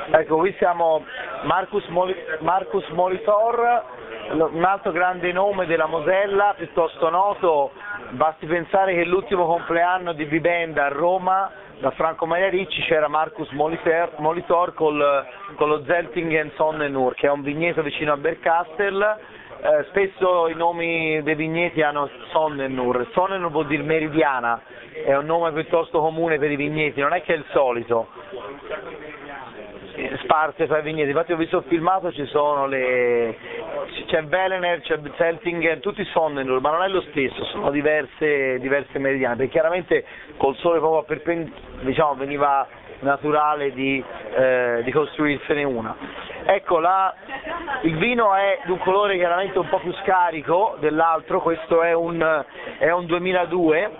Ecco, qui siamo Marcus Molitor, un altro grande nome della Mosella, piuttosto noto. Basti pensare che l'ultimo compleanno di Bibenda a Roma, da Franco Maria Ricci, c'era Marcus Molitor con lo Zeltingen Sonnenur, che è un vigneto vicino a Berkastel. Spesso i nomi dei vigneti hanno Sonnenur. Sonnenur vuol dire meridiana, è un nome piuttosto comune per i vigneti, non è che è il solito sparse fra i vigneti. Infatti ho visto il filmato, c'è Welener, c'è Zeltingen, tutti Sonnenur, ma non è lo stesso, sono diverse meridiane, perché chiaramente col sole proprio diciamo, veniva naturale di costruirsene una. Ecco, il vino è di un colore chiaramente un po' più scarico dell'altro, questo è un 2002,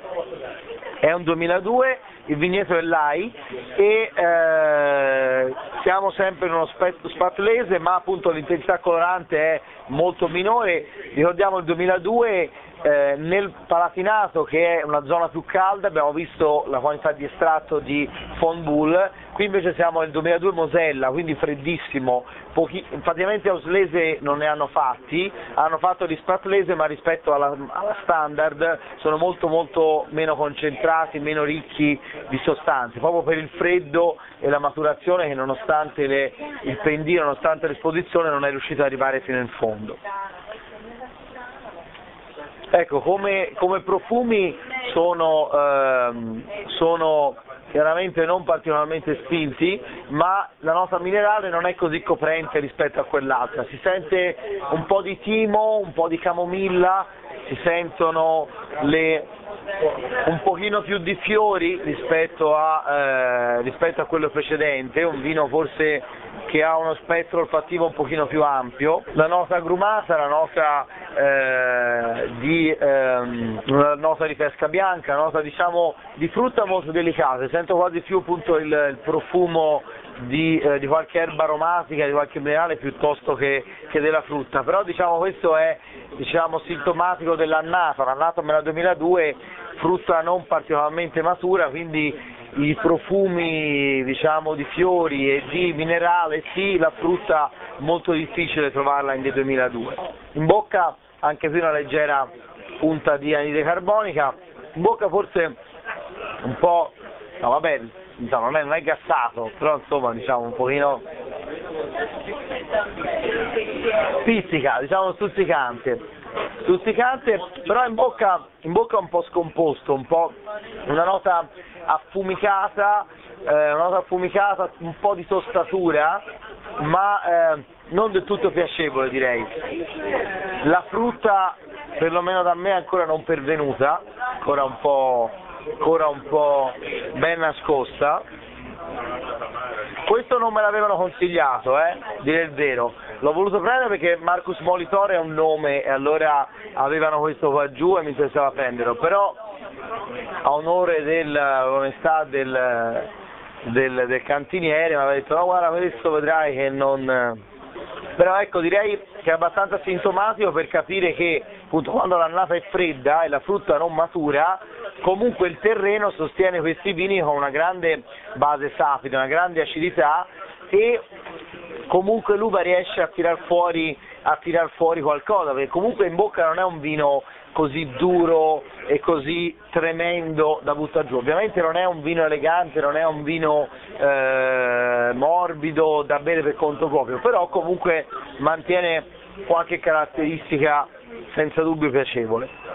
il vigneto è l'Ai e siamo sempre in uno spatlese, ma appunto l'intensità colorante è molto minore. Ricordiamo il 2002 nel Palatinato, che è una zona più calda, abbiamo visto la quantità di estratto di Von Bull. Qui invece siamo nel 2002 Mosella, quindi freddissimo, praticamente Auslese non ne hanno fatti, hanno fatto di spatlese, ma rispetto alla standard sono molto meno concentrati, meno ricchi di sostanze, proprio per il freddo e la maturazione che nonostante il pendino, nonostante l'esposizione, non è riuscito ad arrivare fino in fondo. Ecco, come profumi sono chiaramente non particolarmente spinti, ma la nota minerale non è così coprente rispetto a quell'altra, si sente un po' di timo, un po' di camomilla, si sentono un pochino più di fiori rispetto a quello precedente, un vino forse che ha uno spettro olfattivo un pochino più ampio. La nota agrumata, la nota di pesca bianca, la nota diciamo di frutta molto delicata, sento quasi più appunto il profumo di qualche erba aromatica, di qualche minerale piuttosto che della frutta, però diciamo questo è sintomatico dell'annato, l'annato nel 2002, frutta non particolarmente matura, quindi i profumi diciamo di fiori e di minerale sì, la frutta molto difficile trovarla in 2002. In bocca anche qui una leggera punta di anidride carbonica, in bocca forse un po', no vabbè, non è gassato, però insomma diciamo un pochino pizzica, diciamo stuzzicante, però in bocca un po' scomposto, un po' una nota affumicata, un po' di tostatura, ma non del tutto piacevole direi. La frutta, perlomeno da me, è ancora non pervenuta, ancora un po' ben nascosta. Questo non me l'avevano consigliato, dire il vero. L'ho voluto prendere perché Marcus Molitor è un nome e allora avevano questo qua giù e mi interessava prenderlo, però a onore dell'onestà del cantiniere mi aveva detto no guarda, questo vedrai che non... Però ecco, direi che è abbastanza sintomatico per capire che appunto quando l'annata è fredda e la frutta non matura, comunque il terreno sostiene questi vini con una grande base sapida, una grande acidità, e comunque l'uva riesce a tirar fuori qualcosa, perché comunque in bocca non è un vino così duro e così tremendo da buttare giù. Ovviamente non è un vino elegante, non è un vino morbido da bere per conto proprio, però comunque mantiene qualche caratteristica senza dubbio piacevole.